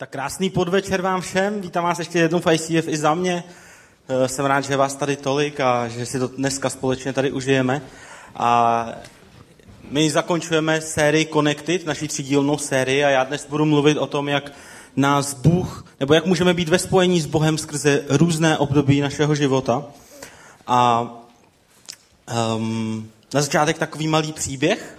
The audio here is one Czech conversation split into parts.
Tak krásný podvečer vám všem, vítám vás ještě jednou v ICF i za mě. Jsem rád, že vás tady tolik a že si to dneska společně tady užijeme. A my zakončujeme sérii Connected, naší 3dílnou sérii a já dnes budu mluvit o tom, jak nás Bůh, nebo jak můžeme být ve spojení s Bohem skrze různé období našeho života. A na začátek takový malý příběh.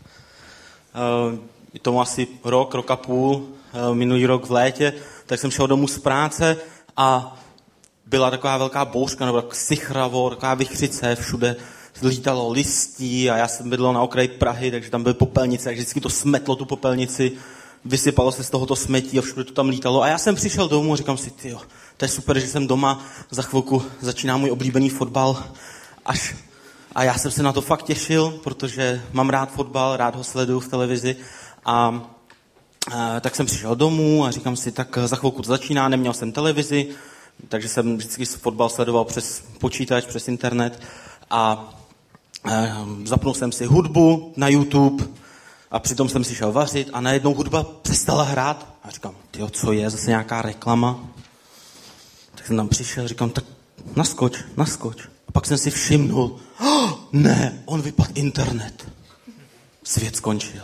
Je tomu asi rok a půl, minulý rok v létě, tak jsem šel domů z práce a byla taková velká bouřka, nebo sichravo, taková vichřice, všude lítalo listí a já jsem bydlel na okraji Prahy, takže tam byly popelnice, takže vždycky to smetlo tu popelnici, vysypalo se z tohoto smetí a všude to tam lítalo. A já jsem přišel domů a říkám si, tyjo, to je super, že jsem doma, za chvilku začíná můj oblíbený fotbal. A já jsem se na to fakt těšil, protože mám rád fotbal, rád ho sleduju v televizi. A tak jsem přišel domů a říkám si, tak za chvilku to začíná, neměl jsem televizi, takže jsem vždycky fotbal sledoval přes počítač, přes internet a zapnul jsem si hudbu na YouTube a přitom jsem si šel vařit a najednou hudba přestala hrát a říkám, tyjo, co je, zase nějaká reklama. Tak jsem tam přišel, říkám, tak naskoč. A pak jsem si všimnul, ne, on vypadl internet. Svět skončil.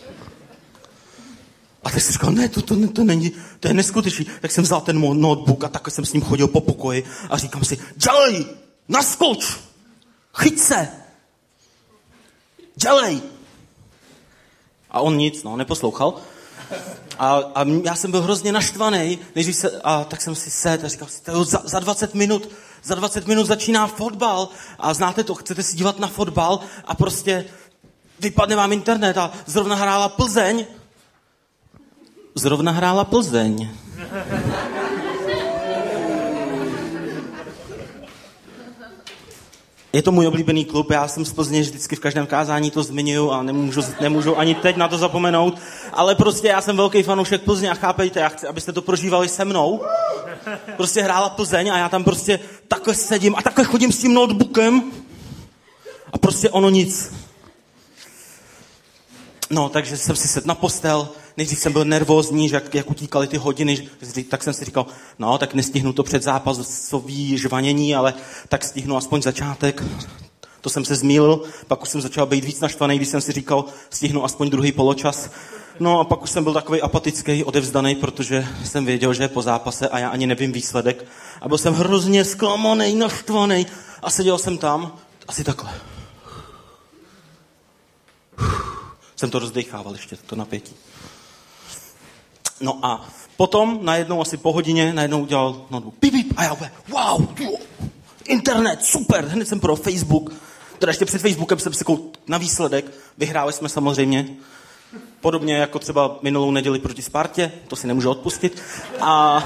A tak jsem říkal, ne, to není, to je neskutečný. Tak jsem vzal ten notebook a tak jsem s ním chodil po pokoji a říkám si, dělej, naskoč, chyť se, dělej. A on nic, neposlouchal. A já jsem byl hrozně naštvaný, tak jsem si sedl a říkal si, za 20 minut začíná fotbal a znáte to, chcete si dívat na fotbal a prostě vypadne vám internet a zrovna hrála Plzeň. Je to můj oblíbený klub, já jsem z Plzně, vždycky v každém kázání to zmiňuju a nemůžu ani teď na to zapomenout, ale prostě já jsem velký fanoušek Plzně a chápejte, já chci, abyste to prožívali se mnou. Prostě hrála Plzeň a já tam prostě takhle sedím a takhle chodím s tím notebookem a prostě ono nic. Takže jsem si sedl na postel, nejdřív jsem byl nervózní, že jak utíkaly ty hodiny, tak jsem si říkal, tak nestihnu to před zápasový žvanění, ale tak stihnu aspoň začátek. To jsem se zmýlil, pak už jsem začal být víc naštvaný, když jsem si říkal, stihnu aspoň druhý poločas. A pak už jsem byl takový apatický, odevzdaný, protože jsem věděl, že je po zápase a já ani nevím výsledek. A byl jsem hrozně zklamaný, naštvaný a seděl jsem tam asi takhle. Jsem to rozdechával ještě, to napětí. A potom najednou asi po hodině udělal notebook. Pip, a já úplně, wow, internet, super, hned jsem pro Facebook. Teda ještě před Facebookem jsem se koukal na výsledek, vyhráli jsme samozřejmě. Podobně jako třeba minulou neděli proti Spartě, to si nemůžu odpustit. A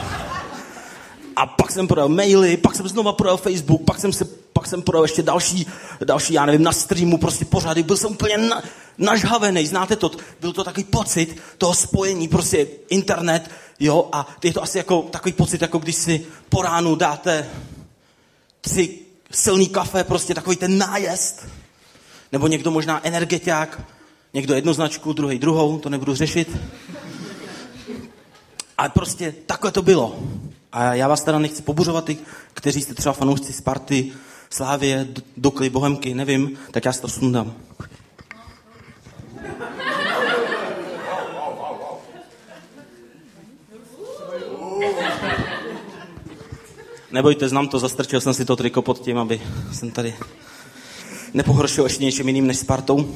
pak jsem prodal maily, pak jsem znova prodal Facebook, pak jsem prodal ještě další, já nevím, na streamu, prostě pořady. Byl jsem úplně nažhavený, znáte to? Byl to takový pocit toho spojení, prostě internet, jo, a je to asi jako takový pocit, jako když si po ránu dáte 3 silný kafe, prostě takový ten nájezd. Nebo někdo možná energetiák, někdo jednu značku, druhý druhou, to nebudu řešit. Ale prostě takhle to bylo. A já vás teda nechci pobuřovat, ty, kteří jste třeba fanoušci Sparty, Slávie, Dukly, Bohemky, nevím, tak já si to sundám. Nebojte, znám to, zastrčil jsem si to triko pod tím, aby jsem tady nepohoršil ještě něčím jiným než Spartou.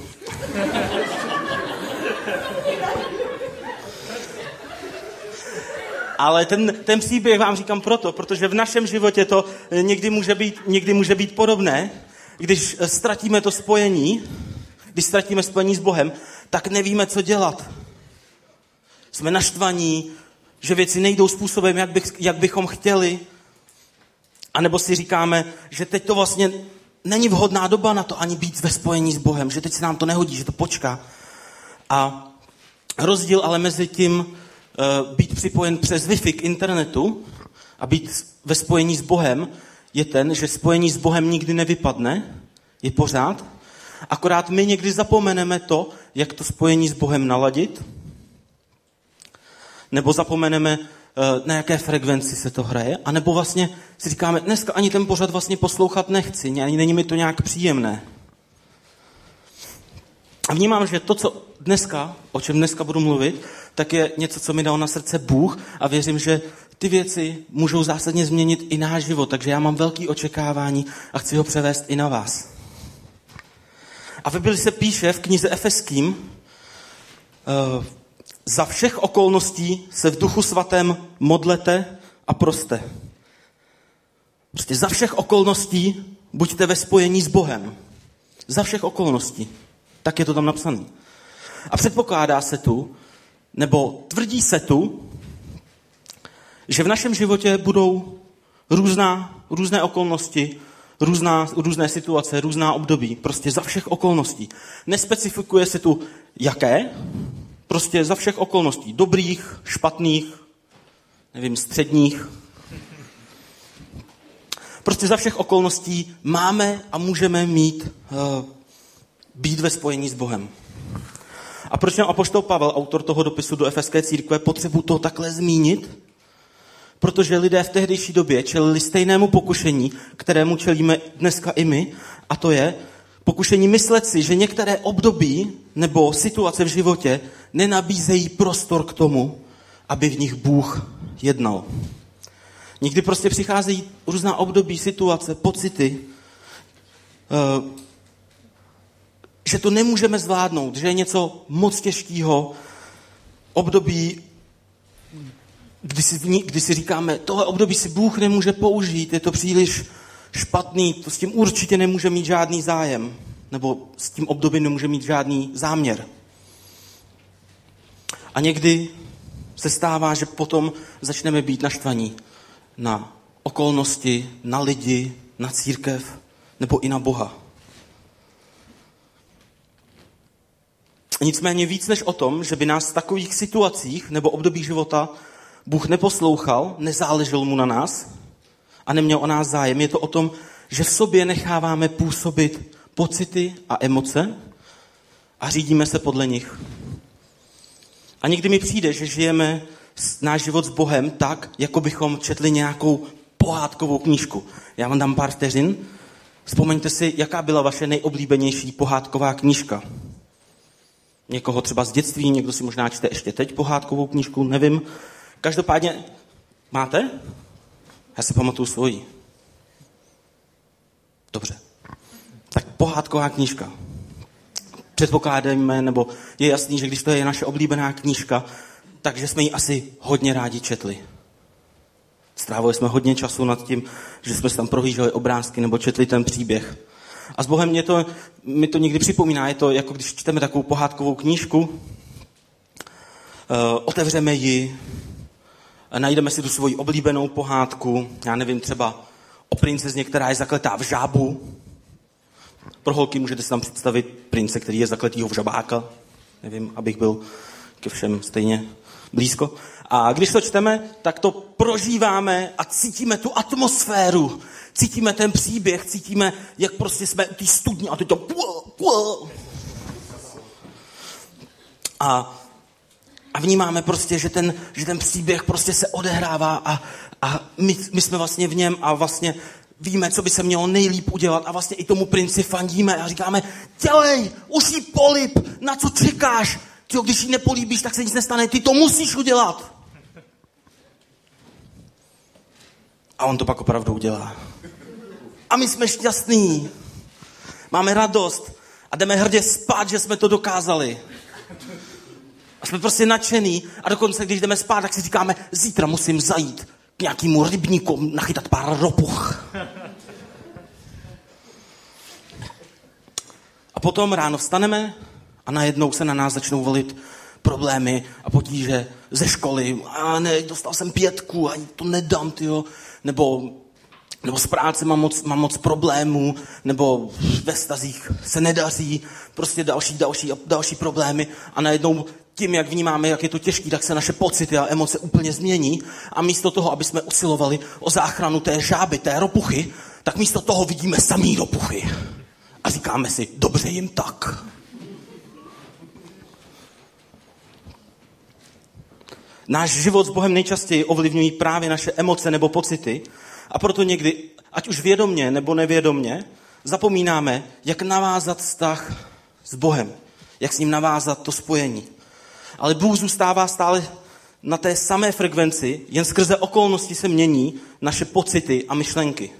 Ale ten příběh vám říkám protože v našem životě to někdy může být podobné, když ztratíme to spojení, když ztratíme spojení s Bohem, tak nevíme, co dělat. Jsme naštvaní, že věci nejdou způsobem, jak bychom chtěli, anebo si říkáme, že teď to vlastně není vhodná doba na to ani být ve spojení s Bohem, že teď se nám to nehodí, že to počká. A rozdíl ale mezi tím být připojen přes Wi-Fi k internetu a být ve spojení s Bohem je ten, že spojení s Bohem nikdy nevypadne, je pořád, akorát my někdy zapomeneme to, jak to spojení s Bohem naladit. nebo zapomeneme, na jaké frekvenci se to hraje, anebo vlastně si říkáme, dneska ani ten pořad vlastně poslouchat nechci, ani není mi to nějak příjemné. A vnímám, že to, co dneska, o čem dneska budu mluvit, tak je něco, co mi dal na srdce Bůh a věřím, že ty věci můžou zásadně změnit i náš život, takže já mám velké očekávání a chci ho převést i na vás. A v Bibli se píše v knize Efeským, za všech okolností se v Duchu Svatém modlete a proste. Prostě za všech okolností buďte ve spojení s Bohem. Za všech okolností. Tak je to tam napsané. A předpokládá se tu, nebo tvrdí se tu, že v našem životě budou různé okolnosti, různé situace, různá období. Prostě za všech okolností. Nespecifikuje se tu jaké, prostě za všech okolností. Dobrých, špatných, nevím, středních. Prostě za všech okolností máme a můžeme být ve spojení s Bohem. A proč nám apoštol Pavel, autor toho dopisu do Efeské církve, potřebu to takhle zmínit? Protože lidé v tehdejší době čelili stejnému pokušení, kterému čelíme dneska i my, a to je pokušení myslet si, že některé období nebo situace v životě nenabízejí prostor k tomu, aby v nich Bůh jednal. Někdy prostě přicházejí různá období, situace, pocity, že to nemůžeme zvládnout, že je něco moc těžkého, období, kdy si říkáme, tohle období si Bůh nemůže použít, je to příliš špatný, to s tím určitě nemůže mít žádný zájem, nebo s tím obdobím nemůže mít žádný záměr. A někdy se stává, že potom začneme být naštvaní na okolnosti, na lidi, na církev, nebo i na Boha. Nicméně víc než o tom, že by nás v takových situacích nebo období života Bůh neposlouchal, nezáležel mu na nás a neměl o nás zájem, je to o tom, že v sobě necháváme působit pocity a emoce a řídíme se podle nich. A někdy mi přijde, že žijeme náš život s Bohem tak, jako bychom četli nějakou pohádkovou knížku. Já vám dám pár vteřin. Vzpomeňte si, jaká byla vaše nejoblíbenější pohádková knížka. Někoho třeba z dětství, někdo si možná čte ještě teď pohádkovou knížku, nevím. Každopádně, máte? Já si pamatuju svoji. Dobře. Tak pohádková knížka. Předpokládáme, nebo je jasný, že když to je naše oblíbená knížka, takže jsme ji asi hodně rádi četli. Strávili jsme hodně času nad tím, že jsme si tam prohlíželi obrázky nebo četli ten příběh. A s Bohem mi to někdy připomíná, je to jako když čteme takovou pohádkovou knížku, otevřeme ji, najdeme si tu svoji oblíbenou pohádku, já nevím, třeba o princezně, která je zakletá v žábu. Pro holky můžete si tam představit prince, který je zakletýho v žabáka. Nevím, abych byl ke všem stejně blízko. A když to čteme, tak to prožíváme a cítíme tu atmosféru, cítíme ten příběh, cítíme, jak prostě jsme u té studně a teď to a vnímáme prostě, že ten příběh prostě se odehrává a my jsme vlastně v něm a vlastně víme, co by se mělo nejlíp udělat a vlastně i tomu princi fandíme a říkáme, dělej, už jí polib, na co čekáš? Tyjo, když jí nepolíbíš, tak se nic nestane, ty to musíš udělat. A on to pak opravdu udělá. A my jsme šťastní. Máme radost a jdeme hrdě spát, že jsme to dokázali. A jsme prostě nadšený a dokonce, když jdeme spát, tak si říkáme, zítra musím zajít k nějakému rybníku, nachytat pár ropuch. A potom ráno vstaneme a najednou se na nás začnou valit problémy a potíže ze školy. A ne, dostal jsem 5 a to nedám, tyjo. Nebo z práce mám moc problémů, nebo ve vztazích se nedaří, prostě další problémy a najednou tím, jak vnímáme, jak je to těžké, tak se naše pocity a emoce úplně změní a místo toho, aby jsme usilovali o záchranu té žáby, té ropuchy, tak místo toho vidíme samý ropuchy a říkáme si, dobře jim tak. Náš život s Bohem nejčastěji ovlivňují právě naše emoce nebo pocity a proto někdy, ať už vědomně nebo nevědomně, zapomínáme, jak navázat vztah s Bohem, jak s ním navázat to spojení. Ale Bůh zůstává stále na té samé frekvenci, jen skrze okolnosti se mění naše pocity a myšlenky.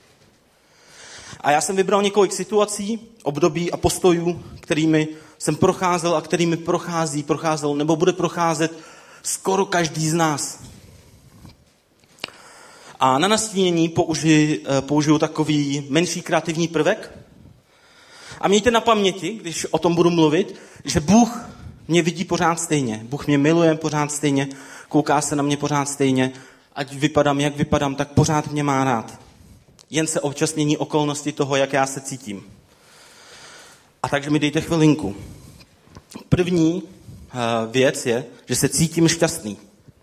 A já jsem vybral několik situací, období a postojů, kterými jsem procházel a kterými procházel nebo bude procházet skoro každý z nás. A na nastínění použiju takový menší kreativní prvek. A mějte na paměti, když o tom budu mluvit, že Bůh mě vidí pořád stejně. Bůh mě miluje pořád stejně, kouká se na mě pořád stejně. Ať vypadám, jak vypadám, tak pořád mě má rád. Jen se občas mění okolnosti toho, jak já se cítím. A takže mi dejte chvilinku. První věc je, že se cítím šťastný.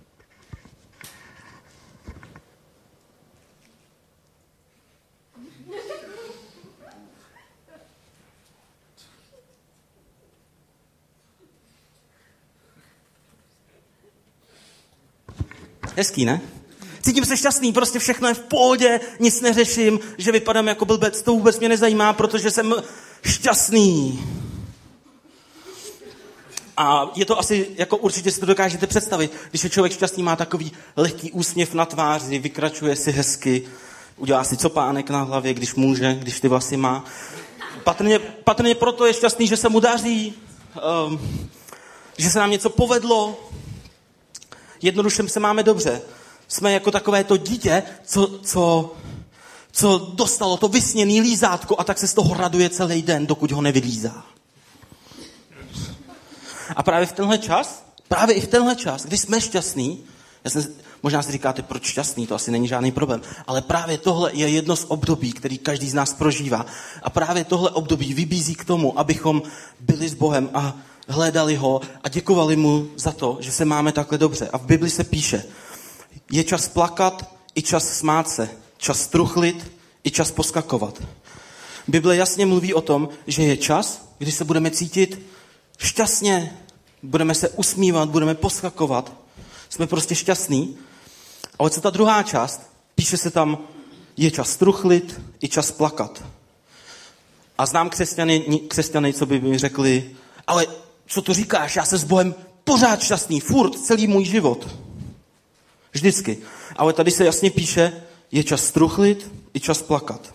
Hezký, ne? Cítím se šťastný, prostě všechno je v pohodě, nic neřeším, že vypadám jako blbec, to vůbec mě nezajímá, protože jsem šťastný. A je to asi, jako určitě si to dokážete představit, když je člověk šťastný, má takový lehký úsměv na tváři, vykračuje si hezky, udělá si copánek na hlavě, když může, když ty vlasy má. Patrně proto je šťastný, že se mu daří, že se nám něco povedlo. Jednoduše se máme dobře. Jsme jako takové to dítě, co dostalo to vysněný lízátko a tak se z toho raduje celý den, dokud ho nevylízá. A právě i v tenhle čas, když jsme šťastní, možná si říkáte, proč šťastný, to asi není žádný problém, ale právě tohle je jedno z období, který každý z nás prožívá. A právě tohle období vybízí k tomu, abychom byli s Bohem a hledali ho a děkovali mu za to, že se máme takhle dobře. A v Bibli se píše, je čas plakat i čas smát se, čas truchlit i čas poskakovat. Bible jasně mluví o tom, že je čas, kdy se budeme cítit šťastně, budeme se usmívat, budeme poskakovat, jsme prostě šťastní. Ale co ta druhá část? Píše se tam, je čas truchlit i čas plakat. A znám křesťany, co by mi řekli, ale co to říkáš, já jsem s Bohem pořád šťastný, furt, celý můj život. Vždycky. Ale tady se jasně píše, je čas truchlit i čas plakat.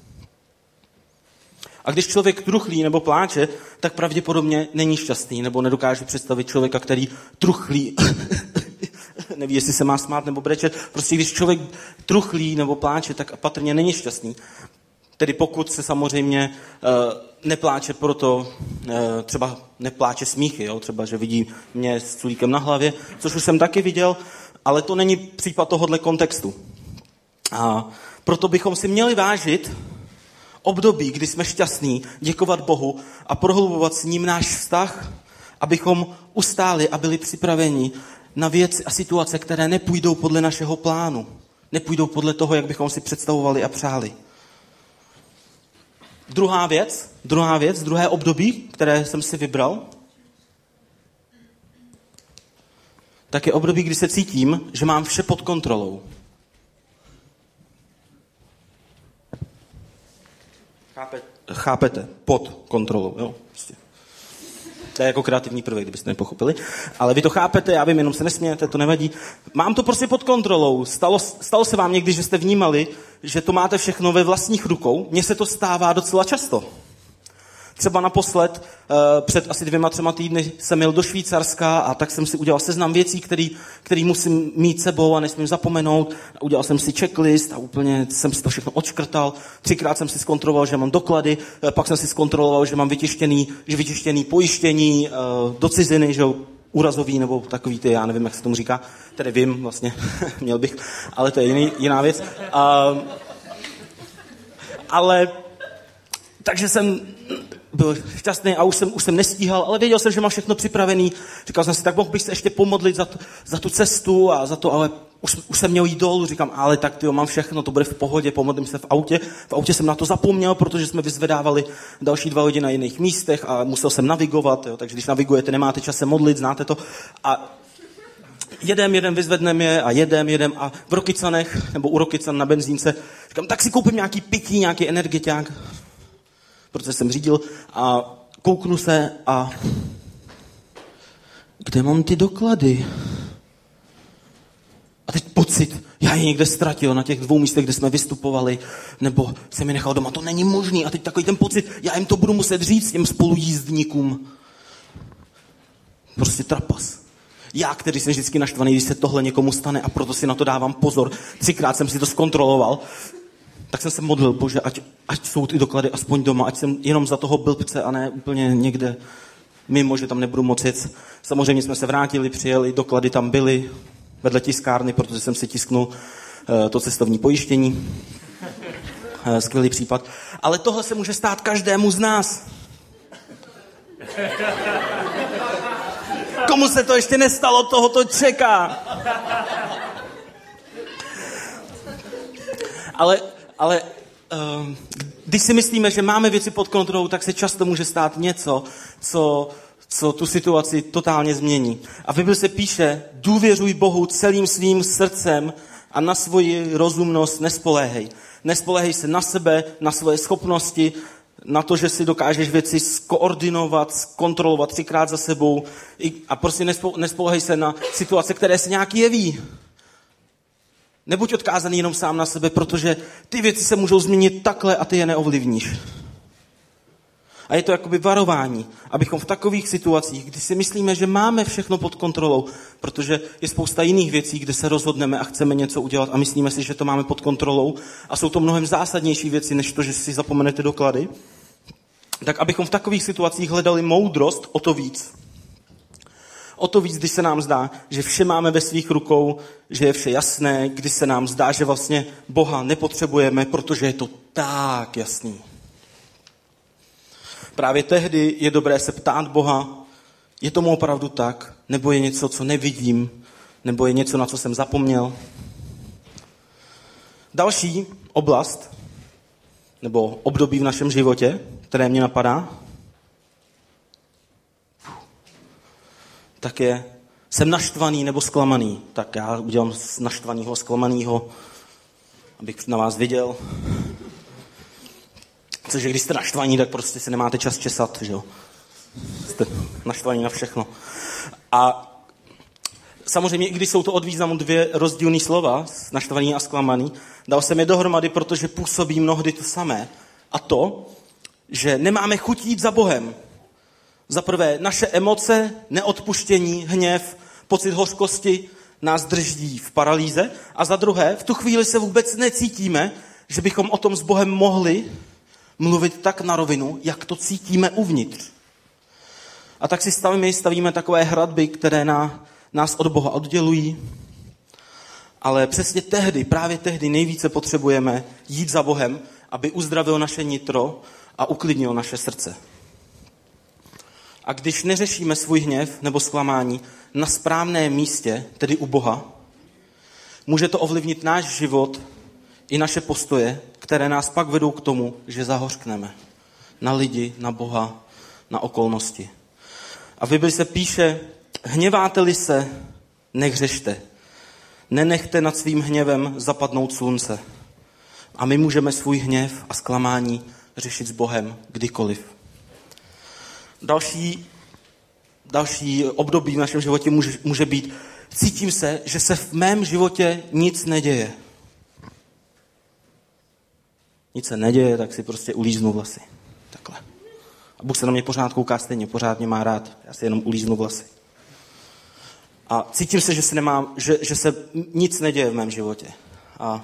A když člověk truchlí nebo pláče, tak pravděpodobně není šťastný, nebo nedokáže představit člověka, který truchlí. Neví, jestli se má smát nebo brečet. Prostě když člověk truchlí nebo pláče, tak patrně není šťastný. Tedy pokud se samozřejmě nepláče proto, třeba nepláče smíchy, jo? Třeba, že vidí mě s culíkem na hlavě, což už jsem taky viděl, ale to není případ tohohle kontextu. A proto bychom si měli vážit období, kdy jsme šťastní, děkovat Bohu a prohlubovat s ním náš vztah, abychom ustáli a byli připraveni na věci a situace, které nepůjdou podle našeho plánu. Nepůjdou podle toho, jak bychom si představovali a přáli. Druhé období, které jsem si vybral, tak je období, kdy se cítím, že mám vše pod kontrolou. Chápete? Pod kontrolou, jo. Prostě. To je jako kreativní prvek, kdybyste nepochopili. Ale vy to chápete, já vím, jenom se nesmějete, to nevadí. Mám to prostě pod kontrolou. Stalo se vám někdy, že jste vnímali, že to máte všechno ve vlastních rukou? Mně se to stává docela často. Třeba naposled, před asi 2-3 týdny jsem jel do Švýcarska a tak jsem si udělal seznam věcí, který musím mít sebou a nesmím zapomenout. Udělal jsem si checklist a úplně jsem si to všechno odškrtal. 3krát jsem si zkontroloval, že mám doklady, pak jsem si zkontroloval, že mám vytištěný pojištění do ciziny, že úrazový nebo takový ty, já nevím, jak se tomu říká. Tedy vím, vlastně, měl bych, ale to je jiná věc. Ale takže jsem byl šťastný a už jsem nestíhal, ale věděl jsem, že mám všechno připravený. Říkal jsem si, tak mohl bych se ještě pomodlit za tu cestu a za to, ale už jsem měl jít dolů. Říkám, ale tak tyjo, mám všechno, to bude v pohodě, pomodlím se v autě. V autě jsem na to zapomněl, protože jsme vyzvedávali další 2 lidi na jiných místech a musel jsem navigovat, jo, takže když navigujete, nemáte čas se modlit, znáte to. A jedem, vyzvedneme je a jedem a v Rokycanech, nebo u Rokycan na benzínce, říkám, tak si koupím nějaký pití, nějaký energetiák, protože jsem řídil a kouknu se a kde mám ty doklady? A teď pocit, já je někde ztratil na těch 2 místech, kde jsme vystupovali, nebo jsem je nechal doma, to není možný. A teď takový ten pocit, já jim to budu muset říct, těm spolujízdníkům. Prostě trapas. Já, který jsem vždycky naštvaný, když se tohle někomu stane a proto si na to dávám pozor. 3krát jsem si to zkontroloval. Tak jsem se modlil, Bože, ať jsou ty doklady aspoň doma, ať jsem jenom za toho blbce a ne úplně někde mimo, že tam nebudu moc jet. Samozřejmě jsme se vrátili, přijeli, doklady tam byly vedle tiskárny, protože jsem si tisknul to cestovní pojištění. Skvělý případ. Ale tohle se může stát každému z nás. Komu se to ještě nestalo, toho to čeká. Ale když si myslíme, že máme věci pod kontrolou, tak se často může stát něco, co tu situaci totálně změní. A v Bibli se píše, důvěřuj Bohu celým svým srdcem a na svoji rozumnost nespoléhej. Nespoléhej se na sebe, na svoje schopnosti, na to, že si dokážeš věci skoordinovat, zkontrolovat 3krát za sebou a prostě nespoléhej se na situace, které se nějak jeví. Nebuď odkázaný jenom sám na sebe, protože ty věci se můžou změnit takhle a ty je neovlivníš. A je to jakoby varování, abychom v takových situacích, kdy si myslíme, že máme všechno pod kontrolou, protože je spousta jiných věcí, kde se rozhodneme a chceme něco udělat a myslíme si, že to máme pod kontrolou a jsou to mnohem zásadnější věci, než to, že si zapomenete doklady, tak abychom v takových situacích hledali moudrost o to víc. O to víc, když se nám zdá, že vše máme ve svých rukou, že je vše jasné, když se nám zdá, že vlastně Boha nepotřebujeme, protože je to tak jasný. Právě tehdy je dobré se ptát Boha, je tomu opravdu tak, nebo je něco, co nevidím, nebo je něco, na co jsem zapomněl. Další oblast, nebo období v našem životě, které mě napadá, tak je, jsem naštvaný nebo zklamaný. Tak já udělám z naštvanýho, zklamanýho, abych na vás viděl. Cože když jste naštvaní, tak prostě se nemáte čas česat, že jo. Jste naštvaní na všechno. A samozřejmě, i když jsou to od významu 2 rozdílné slova, naštvaný a zklamaný, dal jsem je dohromady, protože působí mnohdy to samé. A to, že nemáme chuť jít za Bohem. Za prvé, naše emoce, neodpuštění, hněv, pocit hořkosti nás drží v paralýze. A za druhé, v tu chvíli se vůbec necítíme, že bychom o tom s Bohem mohli mluvit tak na rovinu, jak to cítíme uvnitř. A tak si stavíme takové hradby, které nás od Boha oddělují. Ale přesně tehdy, právě tehdy nejvíce potřebujeme jít za Bohem, aby uzdravil naše nitro a uklidnil naše srdce. A když neřešíme svůj hněv nebo zklamání na správném místě, tedy u Boha, může to ovlivnit náš život i naše postoje, které nás pak vedou k tomu, že zahořkneme na lidi, na Boha, na okolnosti. A v Bibli se píše, hněváte-li se, nehřešte. Nenechte nad svým hněvem zapadnout slunce. A my můžeme svůj hněv a zklamání řešit s Bohem kdykoliv. Další období v našem životě může být, cítím se, že se v mém životě nic neděje. Nic se neděje, tak si prostě ulíznu vlasy. Takhle. A Bůh se na mě pořád kouká stejně, pořád mě má rád. Já si jenom ulíznu vlasy. A cítím se, že se nic neděje v mém životě. A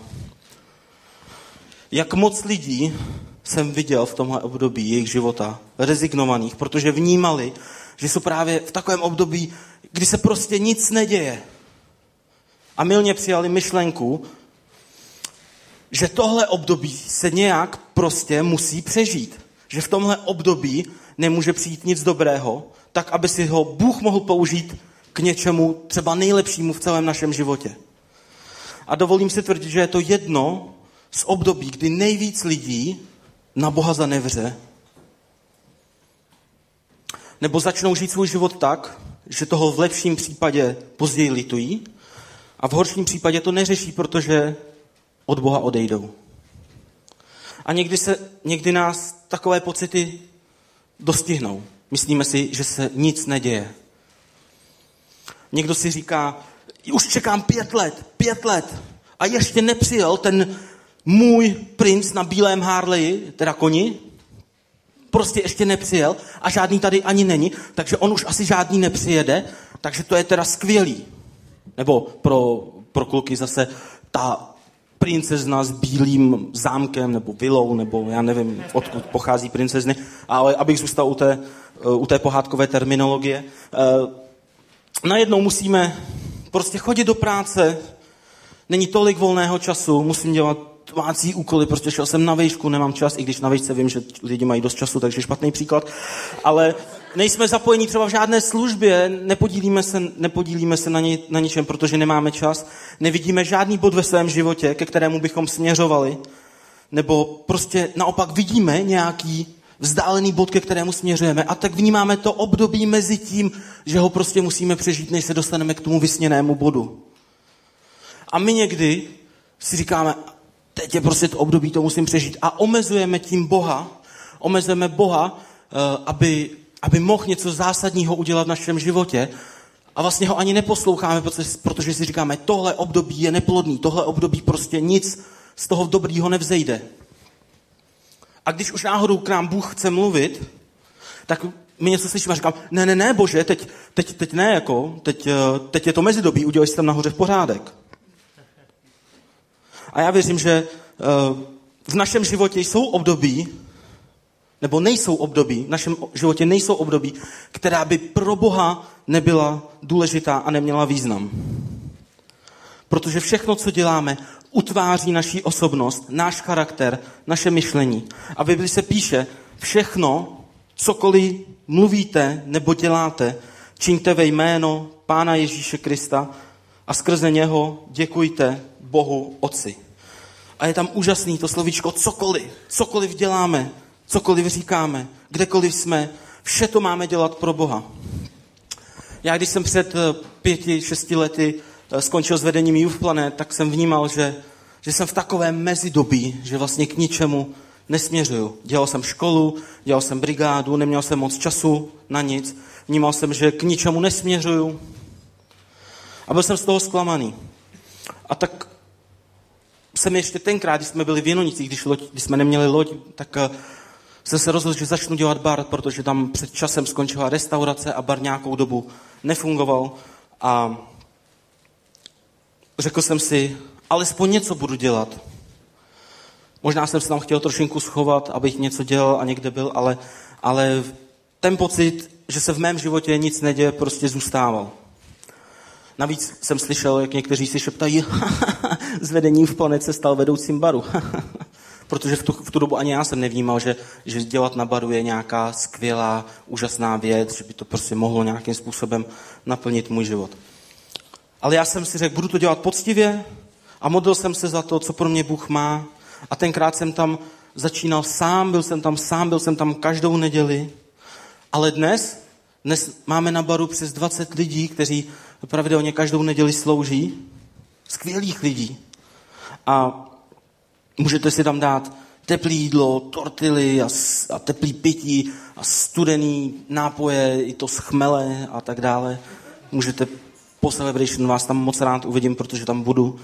jak moc lidí jsem viděl v tomhle období jejich života rezignovaných, protože vnímali, že jsou právě v takovém období, kdy se prostě nic neděje. A mylně přijali myšlenku, že tohle období se nějak prostě musí přežít. Že v tomhle období nemůže přijít nic dobrého, tak aby si ho Bůh mohl použít k něčemu třeba nejlepšímu v celém našem životě. A dovolím si tvrdit, že je to jedno z období, kdy nejvíc lidí na Boha zanevře, nebo začnou žít svůj život tak, že toho v lepším případě později litují a v horším případě to neřeší, protože od Boha odejdou. A někdy nás takové pocity dostihnou. Myslíme si, že se nic neděje. Někdo si říká, už čekám 5 let a ještě nepřijel ten můj princ na bílém Harleyi, teda koni, prostě ještě nepřijel a žádný tady ani není, takže on už asi žádný nepřijede, takže to je teda skvělý. Nebo pro kluky zase ta princezna s bílým zámkem nebo vilou, nebo já nevím, odkud pochází princezny, ale abych zůstal u té pohádkové terminologie. Najednou musíme prostě chodit do práce, není tolik volného času, musím dělat domácí úkoly, prostě šel jsem na vejšku, nemám čas, i když na vejšce vím, že lidi mají dost času, takže špatný příklad, ale nejsme zapojení třeba v žádné službě, nepodílíme se na ničem, protože nemáme čas, nevidíme žádný bod ve svém životě, ke kterému bychom směřovali, nebo prostě naopak vidíme nějaký vzdálený bod, ke kterému směřujeme a tak vnímáme to období mezi tím, že ho prostě musíme přežít, než se dostaneme k tomu vysněnému bodu. A my někdy si říkáme, teď je prostě to období, to musím přežít a omezujeme Boha, aby mohl něco zásadního udělat v našem životě a vlastně ho ani neposloucháme, protože si říkáme, tohle období je neplodný, tohle období prostě nic z toho dobrýho nevzejde. A když už náhodou k nám Bůh chce mluvit, tak my něco slyšíme a říkám, ne, Bože, teď ne, jako, teď je to mezidobí, udělej si tam nahoře v pořádek. A já věřím, že v našem životě jsou období, nebo nejsou období, v našem životě nejsou období, která by pro Boha nebyla důležitá a neměla význam. Protože všechno, co děláme, utváří naši osobnost, náš charakter, naše myšlení. A v Bibli se píše, všechno, cokoliv mluvíte nebo děláte, čiňte ve jméno Pána Ježíše Krista a skrze něho děkujte Bohu Otci. A je tam úžasný to slovíčko cokoliv děláme, cokoliv říkáme, kdekoliv jsme, vše to máme dělat pro Boha. Já když jsem před 5-6 lety skončil s vedením Youth Planet, tak jsem vnímal, že jsem v takovém mezidobí, že vlastně k ničemu nesměřuju. Dělal jsem školu, dělal jsem brigádu, neměl jsem moc času na nic, vnímal jsem, že k ničemu nesměřuju a byl jsem z toho zklamaný. A tak jsem ještě tenkrát, když jsme byli v Jenonicích, když jsme neměli loď, tak jsem se rozhodl, že začnu dělat bar, protože tam před časem skončila restaurace a bar nějakou dobu nefungoval a řekl jsem si, alespoň něco budu dělat. Možná jsem se tam chtěl trošinku schovat, abych něco dělal a někde byl, ale ten pocit, že se v mém životě nic neděje, prostě zůstával. Navíc jsem slyšel, jak někteří si šeptají, z vedení v Planet se stal vedoucím baru. Protože v tu dobu ani já jsem nevnímal, že dělat na baru je nějaká skvělá, úžasná věc, že by to prostě mohlo nějakým způsobem naplnit můj život. Ale já jsem si řekl, budu to dělat poctivě a modlil jsem se za to, co pro mě Bůh má. A tenkrát jsem tam začínal sám, byl jsem tam každou neděli. Ale dnes máme na baru přes 20 lidí, kteří pravidelně každou neděli slouží. Skvělých lidí. A můžete si tam dát teplé jídlo, tortily a teplý pití a studený nápoje, i to z chmele a tak dále. Můžete po Celebration, vás tam moc rád uvidím, protože tam budu.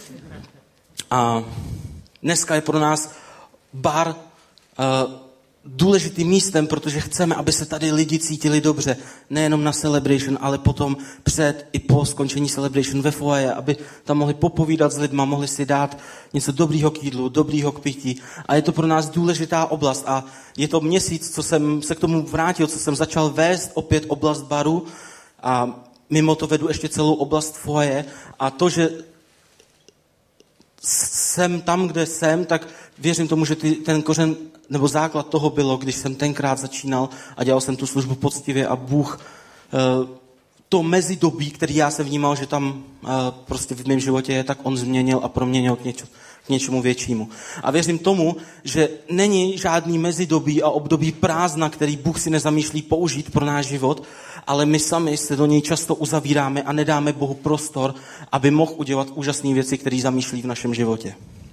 A dneska je pro nás bar důležitým místem, protože chceme, aby se tady lidi cítili dobře. Nejenom na Celebration, ale potom před i po skončení Celebration ve foyer, aby tam mohli popovídat s lidma, mohli si dát něco dobrýho k jídlu, dobrýho k pití. A je to pro nás důležitá oblast. A je to měsíc, co jsem se k tomu vrátil, co jsem začal vést opět oblast baru a mimo to vedu ještě celou oblast foyer. A to, že jsem tam, kde jsem, tak věřím tomu, že ten kořen nebo základ toho bylo, když jsem tenkrát začínal a dělal jsem tu službu poctivě a Bůh to mezidobí, který já jsem vnímal, že tam prostě v mém životě je, tak on změnil a proměnil k k něčemu většímu. A věřím tomu, že není žádný mezidobí a období prázdna, který Bůh si nezamýšlí použít pro náš život, ale my sami se do něj často uzavíráme a nedáme Bohu prostor, aby mohl udělat úžasné věci, které zamýšlí v našem životě.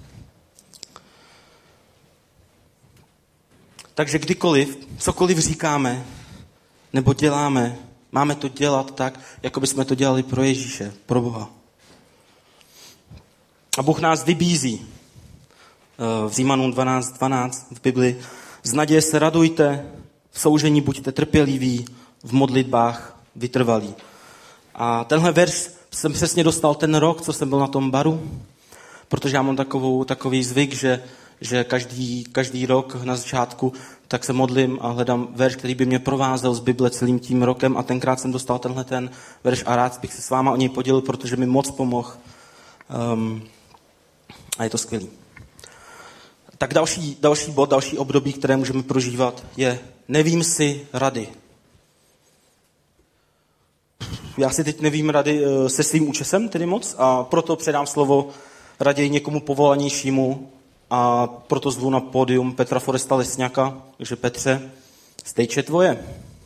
Takže kdykoliv, cokoliv říkáme nebo děláme, máme to dělat tak, jako bychom to dělali pro Ježíše, pro Boha. A Bůh nás vybízí v Římanům 12:12 v Bibli. Z naděje se radujte, v soužení buďte trpěliví, v modlitbách vytrvalí. A tenhle verš jsem přesně dostal ten rok, co jsem byl na tom baru, protože já mám takový zvyk, že každý rok na začátku tak se modlím a hledám verš, který by mě provázel z Bible celým tím rokem a tenkrát jsem dostal tenhle ten verš a rád bych se s váma o něj podělil, protože mi moc pomohl a je to skvělý. Tak další bod, další období, které můžeme prožívat, je nevím si rady. Já si teď nevím rady se svým účesem, tedy moc, a proto předám slovo raději někomu povolanějšímu a proto zvu na pódium Petra Foresta Lesňaka. Takže Petře, stejče tvoje.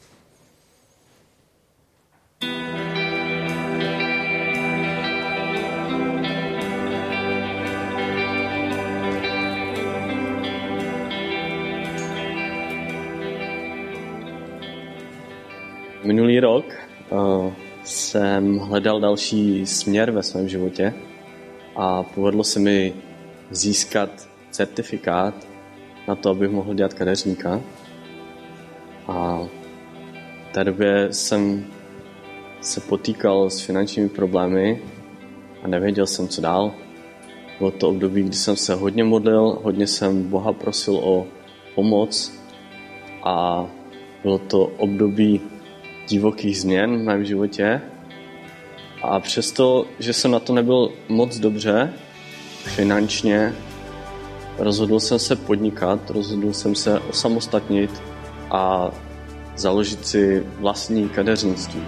Minulý rok jsem hledal další směr ve svém životě a povedlo se mi získat certifikát na to, abych mohl dělat kadeřníka. A v té době jsem se potýkal s finančními problémy a nevěděl jsem, co dál. Bylo to období, kdy jsem se hodně modlil, hodně jsem Boha prosil o pomoc a bylo to období divokých změn v mém životě. A přesto, že jsem na to nebyl moc dobře finančně, rozhodl jsem se podnikat, rozhodl jsem se osamostatnit a založit si vlastní kadeřnictví.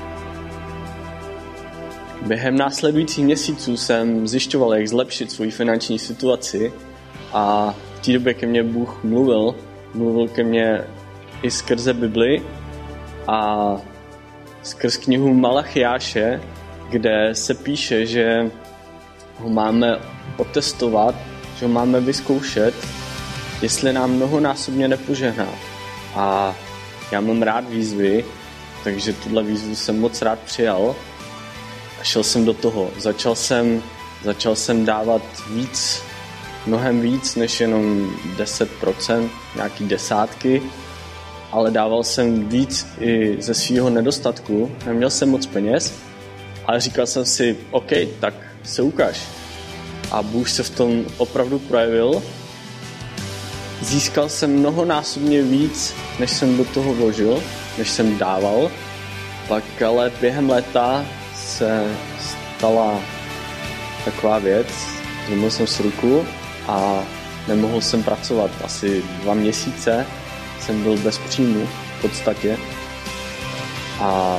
Během následujících měsíců jsem zjišťoval, jak zlepšit svou finanční situaci a v té době ke mně Bůh mluvil ke mně i skrze Bibli a skrz knihu Malachiáše, kde se píše, že ho máme otestovat, že ho máme vyzkoušet, jestli nám mnohonásobně nepožehná. A já mám rád výzvy, takže tuhle výzvu jsem moc rád přijal a šel jsem do toho. Začal jsem dávat víc, mnohem víc než jenom 10%, nějaký desátky, ale dával jsem víc i ze svého nedostatku. Neměl jsem moc peněz, ale říkal jsem si, OK, tak se ukáž. A Bůh se v tom opravdu projevil. Získal jsem mnohonásobně víc, než jsem do toho vložil, než jsem dával. Pak ale během léta se stala taková věc, zlomil jsem si ruku a nemohl jsem pracovat. Asi 2 měsíce jsem byl bez příjmu v podstatě. A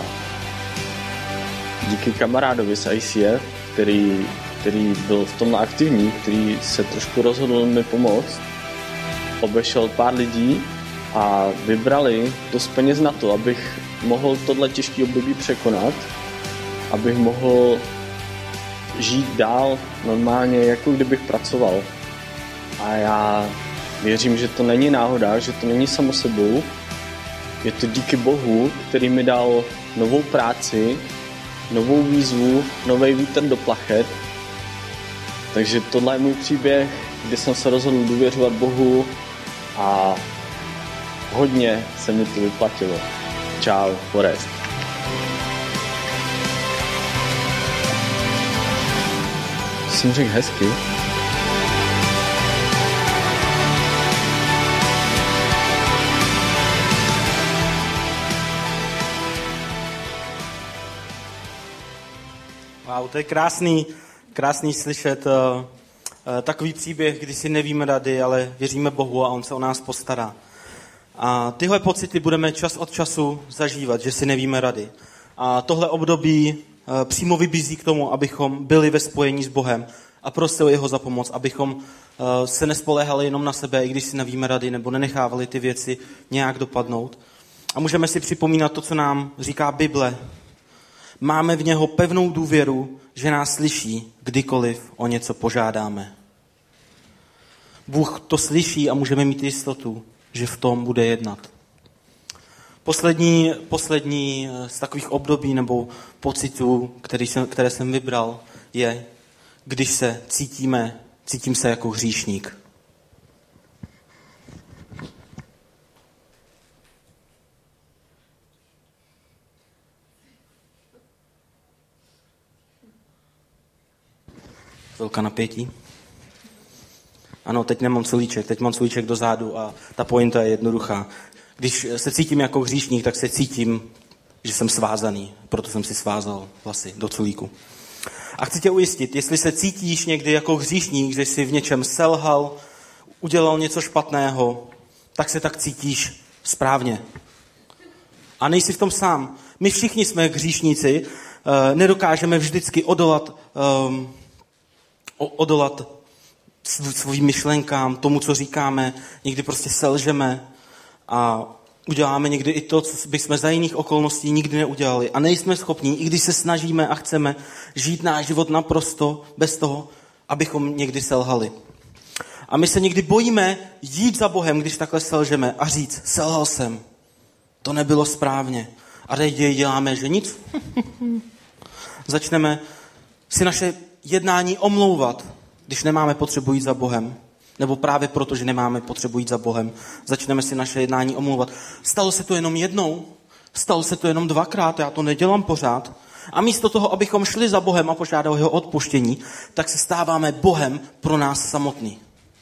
díky kamarádovi z ICF, který byl v tomhle aktivní, který se trošku rozhodl mi pomoct, obešel pár lidí a vybrali dost peněz na to, abych mohl tohle těžké období překonat, abych mohl žít dál normálně, jako kdybych pracoval. A já věřím, že to není náhoda, že to není samo sebou. Je to díky Bohu, který mi dal novou práci, novou výzvu, nový vítr do plachet. Takže tohle je můj příběh, kdy jsem se rozhodl důvěřovat Bohu a hodně se mi to vyplatilo. Čau, Forest. Jsem řekl hezky. Wow, to je krásný slyšet takový příběh, kdy si nevíme rady, ale věříme Bohu a on se o nás postará. A tyhle pocity budeme čas od času zažívat, že si nevíme rady. A tohle období přímo vybízí k tomu, abychom byli ve spojení s Bohem a prosil jeho za pomoc, abychom se nespoléhali jenom na sebe, i když si nevíme rady, nebo nenechávali ty věci nějak dopadnout. A můžeme si připomínat to, co nám říká Bible. Máme v něho pevnou důvěru, že nás slyší, kdykoliv o něco požádáme. Bůh to slyší a můžeme mít jistotu, že v tom bude jednat. Poslední z takových období nebo pocitů, které jsem vybral, je, když se cítím se jako hříšník. Chvilka napětí. Ano, teď nemám celíček, teď mám celíček dozadu a ta pointa je jednoduchá. Když se cítím jako hříšník, tak se cítím, že jsem svázaný, proto jsem si svázal vlasy do celíku. A chci tě ujistit, jestli se cítíš někdy jako hříšník, že jsi v něčem selhal, udělal něco špatného, tak se tak cítíš správně. A nejsi v tom sám. My všichni jsme hříšníci, nedokážeme vždycky odolat svým myšlenkám, tomu, co říkáme, někdy prostě selžeme a uděláme někdy i to, co bychom za jiných okolností nikdy neudělali. A nejsme schopní, i když se snažíme a chceme žít náš život naprosto bez toho, abychom někdy selhali. A my se někdy bojíme jít za Bohem, když takhle selžeme a říct, selhal jsem, to nebylo správně. A raději děláme, že nic. Začneme si naše jednání omlouvat, když nemáme potřebu jít za Bohem, nebo právě proto, že nemáme potřebu jít za Bohem, začneme si naše jednání omlouvat. Stalo se to jenom jednou, stalo se to jenom dvakrát, já to nedělám pořád. A místo toho, abychom šli za Bohem a požádali jeho odpuštění, tak se stáváme Bohem pro nás samotný.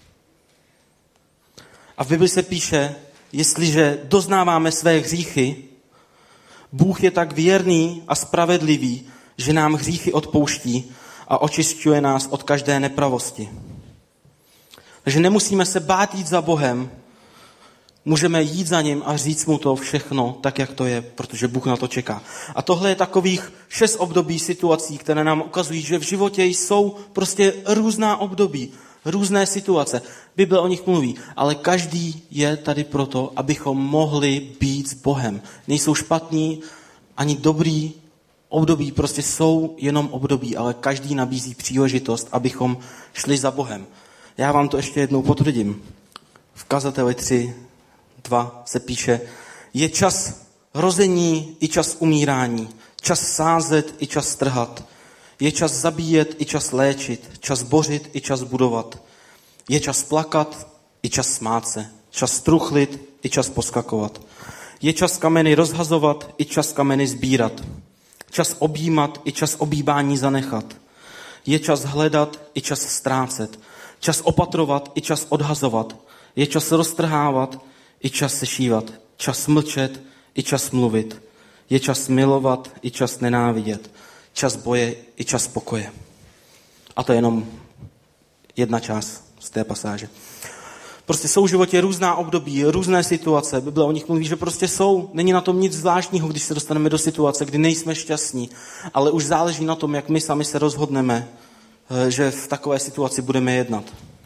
A v Bibli se píše, jestliže doznáváme své hříchy, Bůh je tak věrný a spravedlivý, že nám hříchy odpouští a očišťuje nás od každé nepravosti. Takže nemusíme se bát jít za Bohem, můžeme jít za ním a říct mu to všechno tak, jak to je, protože Bůh na to čeká. A tohle je takových 6 období situací, které nám ukazují, že v životě jsou prostě různá období, různé situace. Bible o nich mluví, ale každý je tady proto, abychom mohli být s Bohem. Nejsou špatní ani dobrý období, prostě jsou jenom období, ale každý nabízí příležitost, abychom šli za Bohem. Já vám to ještě jednou potvrdím. V Kazateli 3:2 se píše, je čas rození i čas umírání, čas sázet i čas trhat, je čas zabíjet i čas léčit, čas bořit i čas budovat, je čas plakat i čas smát se, čas truchlit i čas poskakovat, je čas kameny rozhazovat i čas kameny sbírat, čas objímat i čas objímání zanechat, je čas hledat i čas ztrácet, čas opatrovat i čas odhazovat, je čas roztrhávat i čas sešívat, čas mlčet i čas mluvit, je čas milovat i čas nenávidět, čas boje i čas pokoje. A to je jenom jedna část z té pasáže. Prostě jsou v životě různá období, různé situace. Bible o nich mluví, že prostě jsou. Není na tom nic zvláštního, když se dostaneme do situace, kdy nejsme šťastní. Ale už záleží na tom, jak my sami se rozhodneme, že v takové situaci budeme jednat.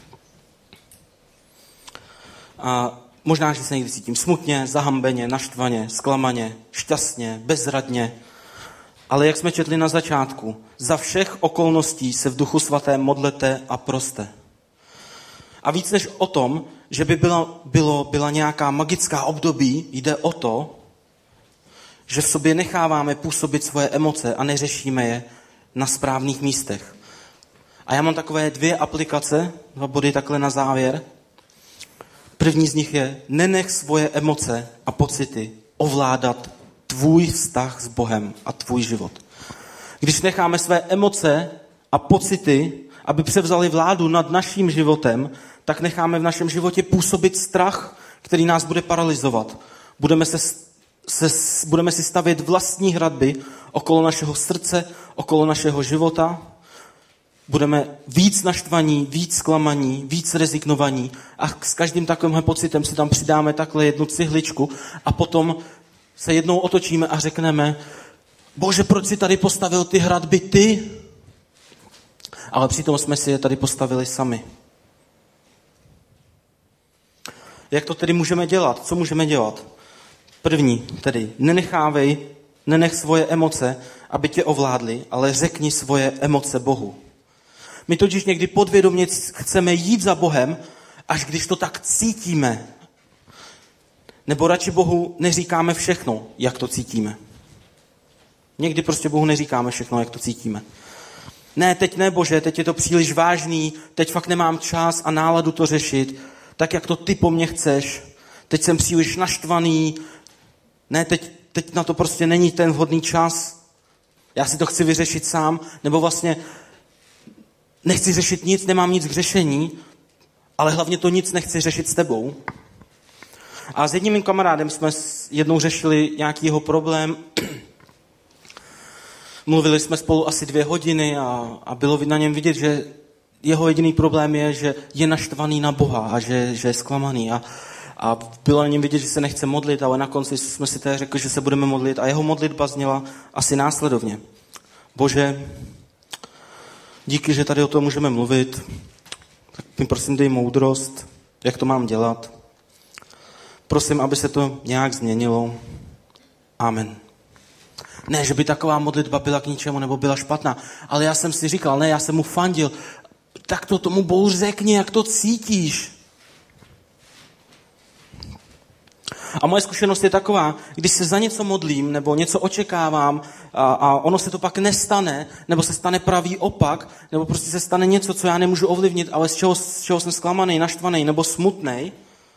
A možná, že se někdy cítím smutně, zahambeně, naštvaně, zklamaně, šťastně, bezradně. Ale jak jsme četli na začátku, za všech okolností se v Duchu Svatém modlete a proste. A víc než o tom, že by byla nějaká magická období, jde o to, že v sobě necháváme působit svoje emoce a neřešíme je na správných místech. A já mám takové 2 aplikace, 2 body takhle na závěr. První z nich je, nenech svoje emoce a pocity ovládat tvůj vztah s Bohem a tvůj život. Když necháme své emoce a pocity, aby převzali vládu nad naším životem, tak necháme v našem životě působit strach, který nás bude paralyzovat. Budeme si stavět vlastní hradby okolo našeho srdce, okolo našeho života. Budeme víc naštvaní, víc zklamaní, víc rezignovaní a s každým takovým pocitem si tam přidáme takhle jednu cihličku a potom se jednou otočíme a řekneme, Bože, proč si tady postavil ty hradby ty? ale přitom jsme si je tady postavili sami. Jak to tedy můžeme dělat? Co můžeme dělat? První, tedy nenech svoje emoce, aby tě ovládly, ale řekni svoje emoce Bohu. My totiž někdy podvědomě chceme jít za Bohem, až když to tak cítíme. Nebo radši Bohu neříkáme všechno, jak to cítíme. Někdy prostě Bohu neříkáme všechno, jak to cítíme. Ne, teď ne, Bože, teď je to příliš vážný, teď fakt nemám čas a náladu to řešit, tak jak to ty po mně chceš, teď jsem příliš naštvaný, ne, teď na to prostě není ten vhodný čas, já si to chci vyřešit sám, nebo vlastně nechci řešit nic, nemám nic k řešení, ale hlavně to nic nechci řešit s tebou. A s jedním mým kamarádem jsme jednou řešili nějaký jeho problém. Mluvili jsme spolu asi 2 hodiny a bylo na něm vidět, že jeho jediný problém je, že je naštvaný na Boha a že je zklamaný. A bylo na něm vidět, že se nechce modlit, ale na konci jsme si tedy řekli, že se budeme modlit. A jeho modlitba zněla asi následovně. Bože, díky, že tady o tom můžeme mluvit, tak mi prosím dej moudrost, jak to mám dělat. Prosím, aby se to nějak změnilo. Amen. Ne, že by taková modlitba byla k ničemu nebo byla špatná, ale já jsem si říkal, já jsem mu fandil, tak to tomu Bohu řekni, jak to cítíš. A moje zkušenost je taková, když se za něco modlím nebo něco očekávám a ono se to pak nestane, nebo se stane pravý opak, nebo prostě se stane něco, co já nemůžu ovlivnit, ale z čeho jsem zklamaný, naštvaný nebo smutnej,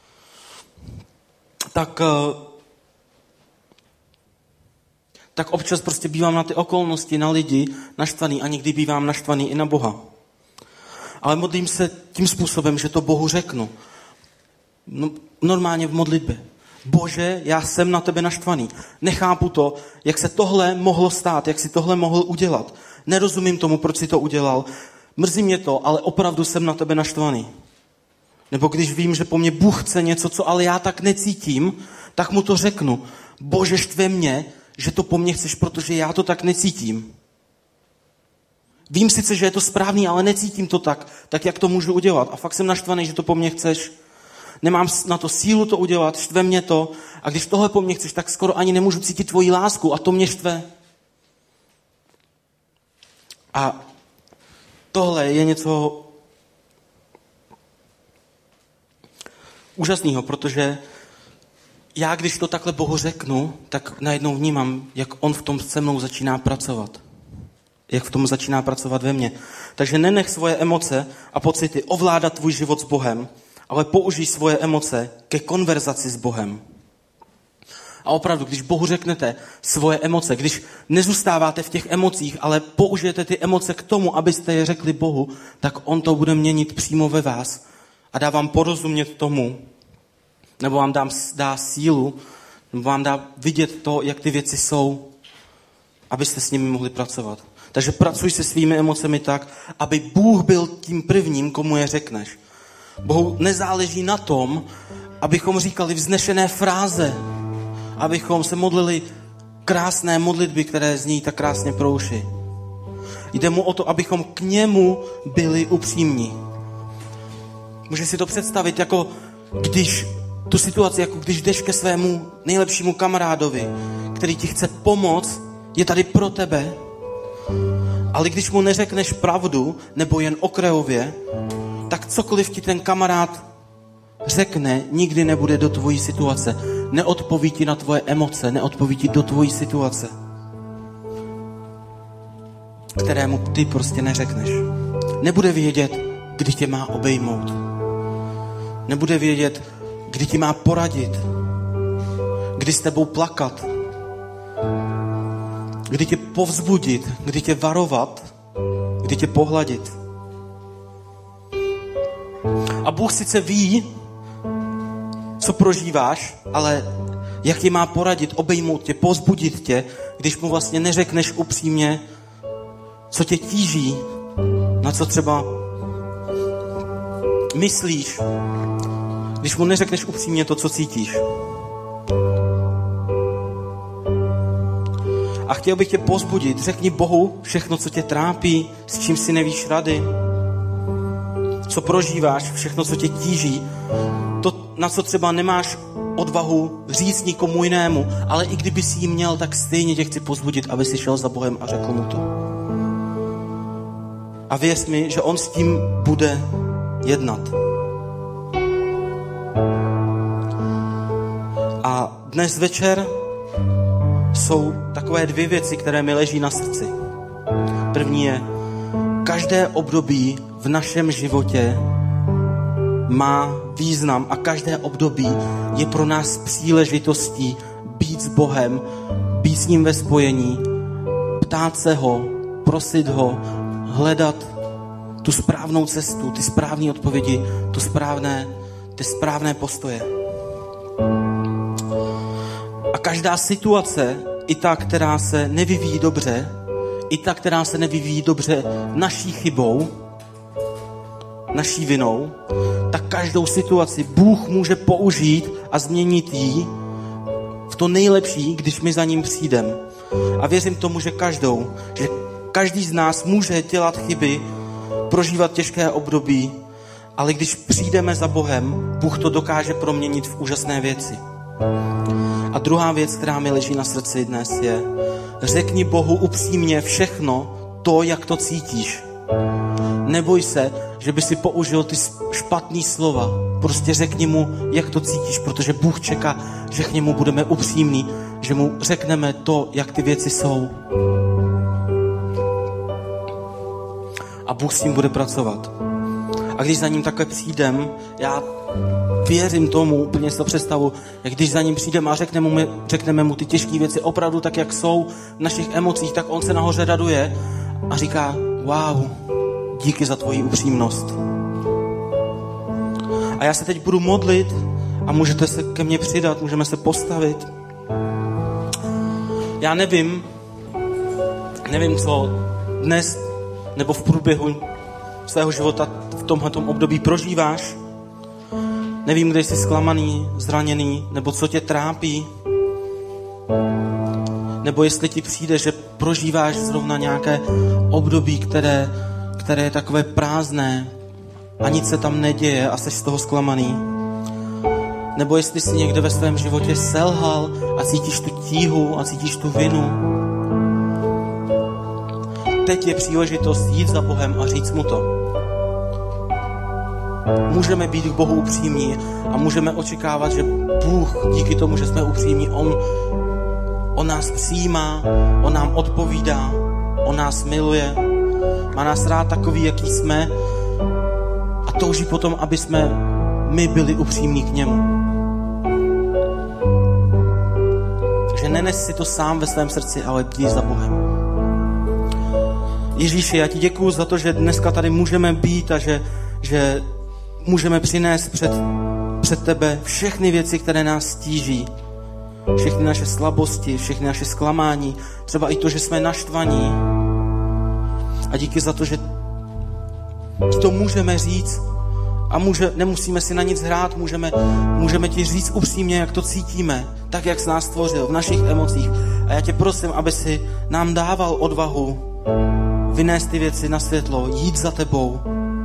tak občas prostě bývám na ty okolnosti, na lidi naštvaný a někdy bývám naštvaný i na Boha. Ale modlím se tím způsobem, že to Bohu řeknu. Normálně v modlitbě. Bože, já jsem na tebe naštvaný. Nechápu to, jak se tohle mohlo stát, jak si tohle mohl udělat. Nerozumím tomu, proč si to udělal. Mrzí mě to, ale opravdu jsem na tebe naštvaný. Nebo když vím, že po mně Bůh chce něco, co ale já tak necítím, tak mu to řeknu. Bože, štve mě, že to po mně chceš, protože já to tak necítím. Vím sice, že je to správný, ale necítím to tak jak to můžu udělat. A fakt jsem naštvaný, že to po mně chceš. Nemám na to sílu to udělat, štve mě to. A když tohle po mně chceš, tak skoro ani nemůžu cítit tvoji lásku a to mě štve. A tohle je něco úžasného, protože já, když to takhle Bohu řeknu, tak najednou vnímám, jak on v tom se mnou začíná pracovat. Jak v tom začíná pracovat ve mně. Takže nenech svoje emoce a pocity ovládat tvůj život s Bohem, ale použij svoje emoce ke konverzaci s Bohem. A opravdu, když Bohu řeknete svoje emoce, když nezůstáváte v těch emocích, ale použijete ty emoce k tomu, abyste je řekli Bohu, tak on to bude měnit přímo ve vás a dá vám porozumět tomu, nebo vám dá sílu, nebo vám dá vidět to, jak ty věci jsou, abyste s nimi mohli pracovat. Takže pracuj se svými emocemi tak, aby Bůh byl tím prvním, komu je řekneš. Bohu nezáleží na tom, abychom říkali vznešené fráze, abychom se modlili krásné modlitby, které zní tak krásně pro uši. Jde mu o to, abychom k němu byli upřímní. Můžeš si to představit jako tu situaci, jako když jdeš ke svému nejlepšímu kamarádovi, který ti chce pomoct, je tady pro tebe, ale když mu neřekneš pravdu, nebo jen okrajově, tak cokoliv ti ten kamarád řekne, nikdy nebude do tvojí situace. Neodpoví ti na tvoje emoce, neodpoví ti do tvojí situace, kterému ty prostě neřekneš. Nebude vědět, kdy tě má obejmout. Nebude vědět, kdy ti má poradit, kdy s tebou plakat, kdy tě povzbudit, kdy tě varovat, kdy tě pohladit. A Bůh sice ví, co prožíváš, ale jak ti má poradit, obejmout tě, povzbudit tě, když mu vlastně neřekneš upřímně, co tě tíží, na co třeba myslíš, když mu neřekneš upřímně to, co cítíš. A chtěl bych tě povzbudit, řekni Bohu všechno, co tě trápí, s čím si nevíš rady, co prožíváš, všechno, co tě tíží, to, na co třeba nemáš odvahu říct nikomu jinému, ale i kdyby si ji měl, tak stejně tě chci povzbudit, aby si šel za Bohem a řekl mu to. A věř mi, že on s tím bude jednat. A dnes večer jsou takové 2 věci, které mi leží na srdci. První je, každé období v našem životě má význam a každé období je pro nás příležitostí být s Bohem, být s ním ve spojení, ptát se ho, prosit ho, hledat tu správnou cestu, ty správné odpovědi, ty správné postoje. A každá situace, i ta, která se nevyvíjí dobře, i ta, která se nevyvíjí dobře naší chybou, naší vinou, tak každou situaci Bůh může použít a změnit ji v to nejlepší, když my za ním přijdeme. A věřím tomu, že každý z nás může dělat chyby, prožívat těžké období, ale když přijdeme za Bohem, Bůh to dokáže proměnit v úžasné věci. A druhá věc, která mi leží na srdci dnes je, řekni Bohu upřímně všechno to, jak to cítíš. Neboj se, že by si použil ty špatný slova. Prostě řekni mu, jak to cítíš, protože Bůh čeká, že k němu budeme upřímní, že mu řekneme to, jak ty věci jsou. A Bůh s tím bude pracovat. A když za ním takhle přijdem, já věřím tomu, úplně si to představu, jak když za ním přijdeme a řekneme mu ty těžké věci opravdu tak, jak jsou v našich emocích, tak on se nahoře raduje a říká, wow, díky za tvoji upřímnost. A já se teď budu modlit a můžete se ke mně přidat, můžeme se postavit. Já nevím, co dnes nebo v průběhu svého života v tomhletom období prožíváš. Nevím, kde jsi zklamaný, zraněný, nebo co tě trápí. Nebo jestli ti přijde, že prožíváš zrovna nějaké období, které je takové prázdné a nic se tam neděje a jsi z toho zklamaný. Nebo jestli jsi někde ve svém životě selhal a cítíš tu tíhu a cítíš tu vinu. Teď je příležitost jít za Bohem a říct mu to. Můžeme být k Bohu upřímní a můžeme očekávat, že Bůh díky tomu, že jsme upřímní, On nás přijímá, On nám odpovídá, On nás miluje, má nás rád takový, jaký jsme a touží potom, aby jsme my byli upřímní k němu. Takže nenes si to sám ve svém srdci, ale jdi za Bohem. Ježíši, já ti děkuju za to, že dneska tady můžeme být a že můžeme přinést před tebe všechny věci, které nás stíží. Všechny naše slabosti, všechny naše zklamání, třeba i to, že jsme naštvaní. A díky za to, že ti to můžeme říct a nemusíme si na nic hrát, můžeme ti říct upřímně, jak to cítíme, tak, jak jsi nás stvořil v našich emocích. A já tě prosím, aby si nám dával odvahu vynést ty věci na světlo, jít za tebou.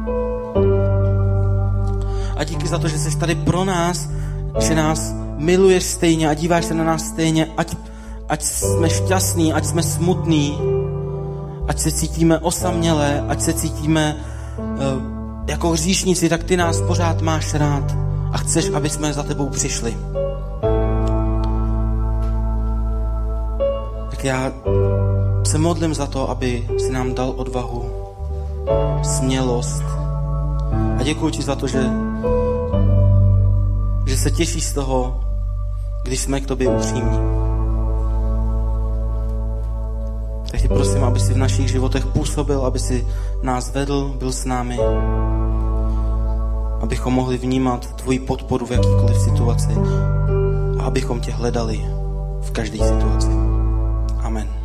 A díky za to, že jsi tady pro nás, že nás miluješ stejně a díváš se na nás stejně, ať jsme šťastní, ať jsme smutní, ať se cítíme osamělé, ať se cítíme jako hříšníci, tak ty nás pořád máš rád a chceš, aby jsme za tebou přišli. Tak já se modlím za to, aby si nám dal odvahu, smělost a děkuji ti za to, že se těšíš z toho, když jsme k tobě upřímní. Tak tě prosím, aby si v našich životech působil, aby si nás vedl, byl s námi, abychom mohli vnímat tvoji podporu v jakýkoliv situaci a abychom tě hledali v každé situaci. Amen.